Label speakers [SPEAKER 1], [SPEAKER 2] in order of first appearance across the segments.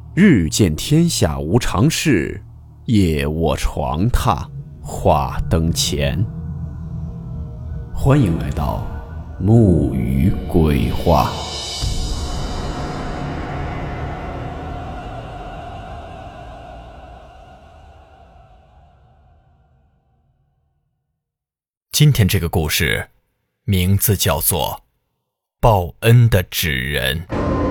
[SPEAKER 1] 日见天下无常事，夜卧床榻话灯前。欢迎来到木鱼鬼话。
[SPEAKER 2] 今天这个故事名字叫做报恩的纸人。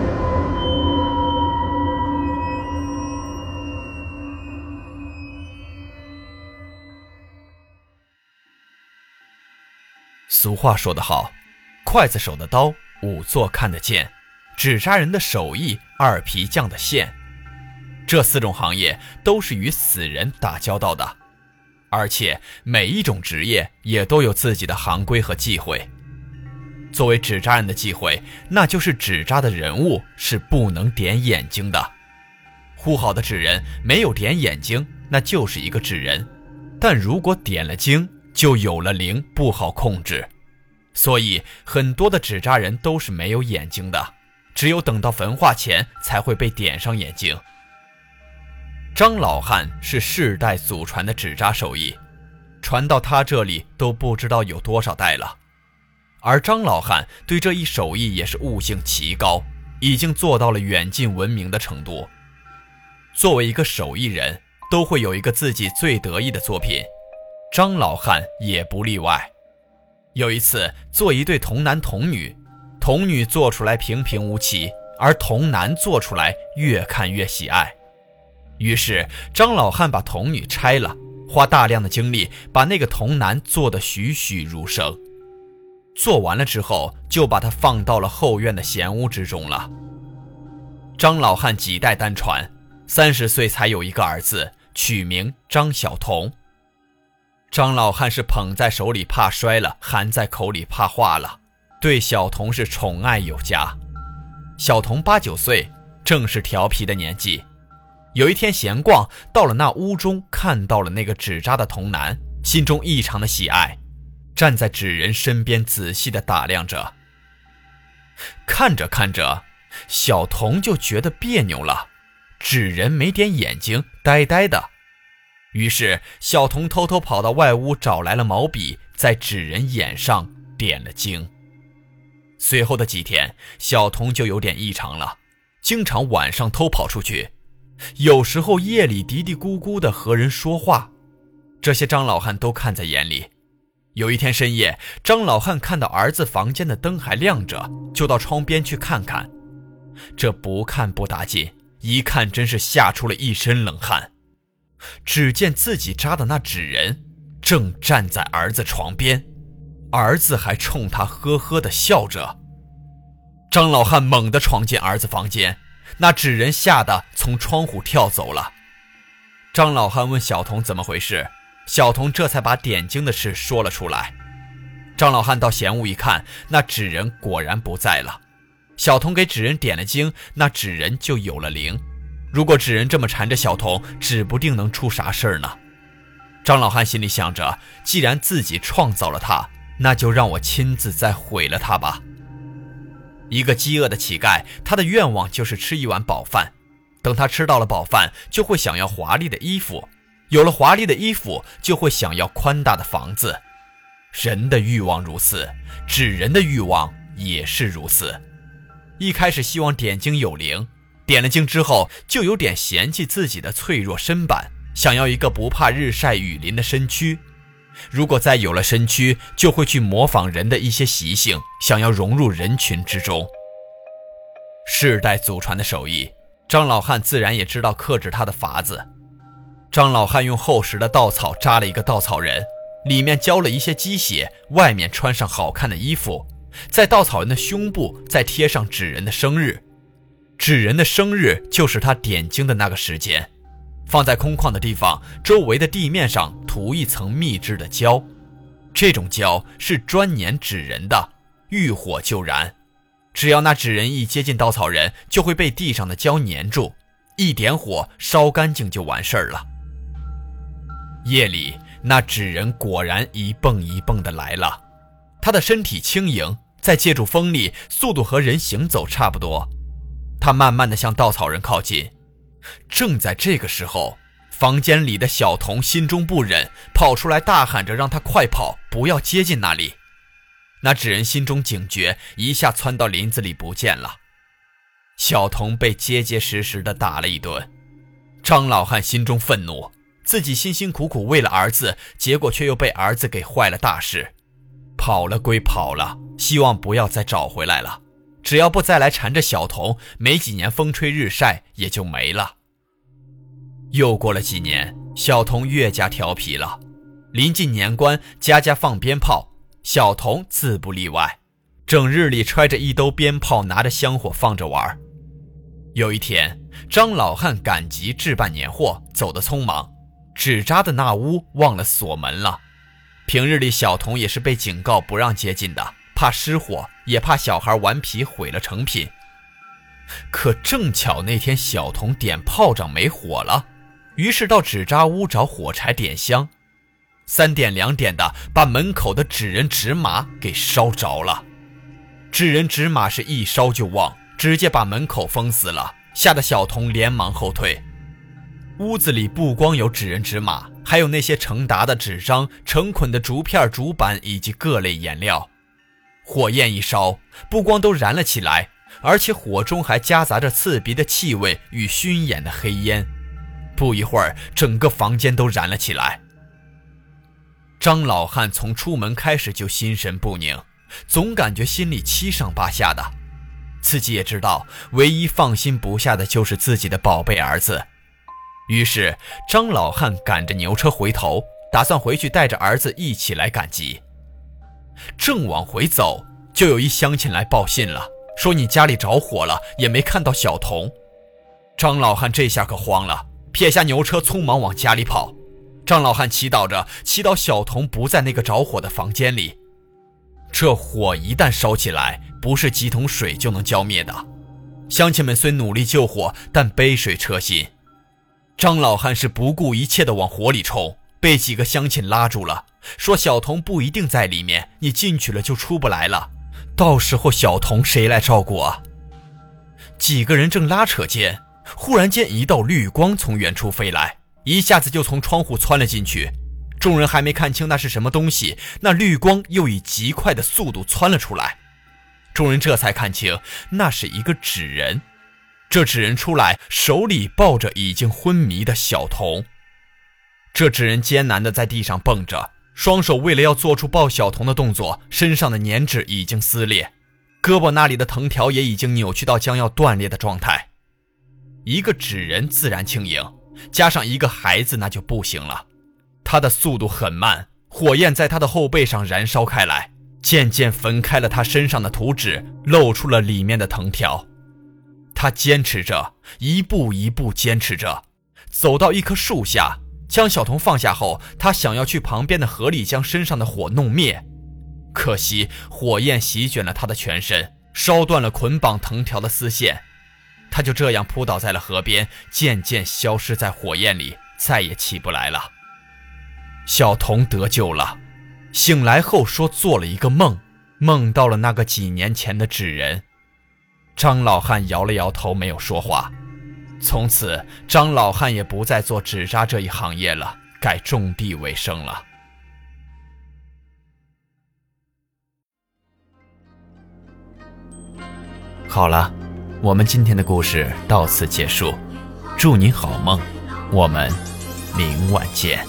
[SPEAKER 2] 俗话说得好，刽子手的刀，仵作看得见，纸扎人的手艺，二皮匠的线。这4种行业都是与死人打交道的，而且每一种职业也都有自己的行规和忌讳。作为纸扎人的忌讳，那就是纸扎的人物是不能点眼睛的。糊好的纸人没有点眼睛，那就是一个纸人，但如果点了睛，就有了灵，不好控制。所以很多的纸扎人都是没有眼睛的，只有等到焚化前才会被点上眼睛。张老汉是世代祖传的纸扎手艺，传到他这里都不知道有多少代了。而张老汉对这一手艺也是悟性奇高，已经做到了远近闻名的程度。作为一个手艺人，都会有一个自己最得意的作品，张老汉也不例外。有一次做一对童男童女，童女做出来平平无奇，而童男做出来越看越喜爱。于是张老汉把童女拆了，花大量的精力把那个童男做得栩栩如生。做完了之后，就把它放到了后院的闲屋之中了。张老汉几代单传，30岁才有一个儿子，取名张小童。张老汉是捧在手里怕摔了，含在口里怕化了，对小童是宠爱有加。小童8、9岁，正是调皮的年纪。有一天闲逛，到了那屋中，看到了那个纸扎的童男，心中异常的喜爱，站在纸人身边仔细地打量着。看着看着，小童就觉得别扭了，纸人没点眼睛，呆呆的。于是小童偷偷跑到外屋，找来了毛笔，在纸人眼上点了睛。随后的几天，小童就有点异常了，经常晚上偷跑出去，有时候夜里嘀嘀咕咕地和人说话，这些张老汉都看在眼里。有一天深夜，张老汉看到儿子房间的灯还亮着，就到窗边去看看。这不看不打紧，一看真是吓出了一身冷汗。只见自己扎的那纸人正站在儿子床边，儿子还冲他呵呵地笑着。张老汉猛地闯进儿子房间，那纸人吓得从窗户跳走了。张老汉问小童怎么回事，小童这才把点睛的事说了出来。张老汉到闲屋一看，那纸人果然不在了。小童给纸人点了睛，那纸人就有了灵。如果纸人这么缠着小童，指不定能出啥事儿呢。张老汉心里想着，既然自己创造了他，那就让我亲自再毁了他吧。一个饥饿的乞丐，他的愿望就是吃一碗饱饭。等他吃到了饱饭，就会想要华丽的衣服，有了华丽的衣服，就会想要宽大的房子。人的欲望如此，纸人的欲望也是如此。一开始希望点睛有灵，点了睛之后就有点嫌弃自己的脆弱身板，想要一个不怕日晒雨淋的身躯。如果再有了身躯，就会去模仿人的一些习性，想要融入人群之中。世代祖传的手艺，张老汉自然也知道克制他的法子。张老汉用厚实的稻草扎了一个稻草人，里面浇了一些鸡血，外面穿上好看的衣服，在稻草人的胸部再贴上纸人的生日。纸人的生日就是他点睛的那个时间，放在空旷的地方，周围的地面上涂一层秘制的胶。这种胶是专粘纸人的，遇火就燃。只要那纸人一接近稻草人，就会被地上的胶粘住，一点火烧干净就完事儿了。夜里，那纸人果然一蹦一蹦的来了，他的身体轻盈，再借助风力，速度和人行走差不多。他慢慢地向稻草人靠近， 正在这个时候，房间里的小童心中不忍，跑出来大喊着让他快跑，不要接近那里。那纸人心中警觉，一下窜到林子里不见了。小童被结结实实地打了一顿。张老汉心中愤怒，自己辛辛苦苦为了儿子，结果却又被儿子给坏了大事。跑了归跑了，希望不要再找回来了，只要不再来缠着小童，没几年风吹日晒也就没了。又过了几年，小童越加调皮了。临近年关，家家放鞭炮，小童自不例外，整日里揣着一兜鞭炮，拿着香火放着玩。有一天，张老汉赶集置办年货，走得匆忙，纸扎的那屋忘了锁门了。平日里小童也是被警告不让接近的，怕失火，也怕小孩顽皮毁了成品。可正巧那天小童点炮仗没火了，于是到纸扎屋找火柴点香，3点2点的把门口的纸人纸马给烧着了。纸人纸马是一烧就旺，直接把门口封死了，吓得小童连忙后退。屋子里不光有纸人纸马，还有那些成沓的纸张、成捆的竹片、竹板以及各类颜料。火焰一烧，不光都燃了起来，而且火中还夹杂着刺鼻的气味与熏眼的黑烟。不一会儿，整个房间都燃了起来。张老汉从出门开始就心神不宁，总感觉心里七上八下的。自己也知道，唯一放心不下的就是自己的宝贝儿子。于是张老汉赶着牛车回头，打算回去带着儿子一起来赶集。正往回走，就有一乡亲来报信了，说你家里着火了，也没看到小童。张老汉这下可慌了，撇下牛车匆忙往家里跑。张老汉祈祷着，祈祷小童不在那个着火的房间里。这火一旦烧起来，不是几桶水就能浇灭的。乡亲们虽努力救火，但杯水车薪。张老汉是不顾一切地往火里冲，被几个乡亲拉住了，说小童不一定在里面，你进去了就出不来了，到时候小童谁来照顾啊？几个人正拉扯间，忽然间一道绿光从远处飞来，一下子就从窗户窜了进去。众人还没看清那是什么东西，那绿光又以极快的速度窜了出来。众人这才看清，那是一个纸人。这纸人出来，手里抱着已经昏迷的小童。这纸人艰难地在地上蹦着，双手为了要做出抱小童的动作，身上的粘纸已经撕裂，胳膊那里的藤条也已经扭曲到将要断裂的状态。一个纸人自然轻盈，加上一个孩子那就不行了。他的速度很慢，火焰在他的后背上燃烧开来，渐渐焚开了他身上的图纸，露出了里面的藤条。他坚持着，一步一步坚持着，走到一棵树下，将小童放下后，他想要去旁边的河里将身上的火弄灭。可惜火焰席卷了他的全身，烧断了捆绑藤条的丝线。他就这样扑倒在了河边，渐渐消失在火焰里，再也起不来了。小童得救了，醒来后说做了一个梦，梦到了那个几年前的纸人。张老汉摇了摇头，没有说话。从此张老汉也不再做纸扎这一行业了，改种地为生了。好了，我们今天的故事到此结束，祝您好梦，我们明晚见。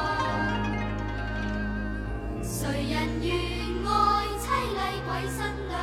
[SPEAKER 3] 谁人愿爱凄厉鬼新娘？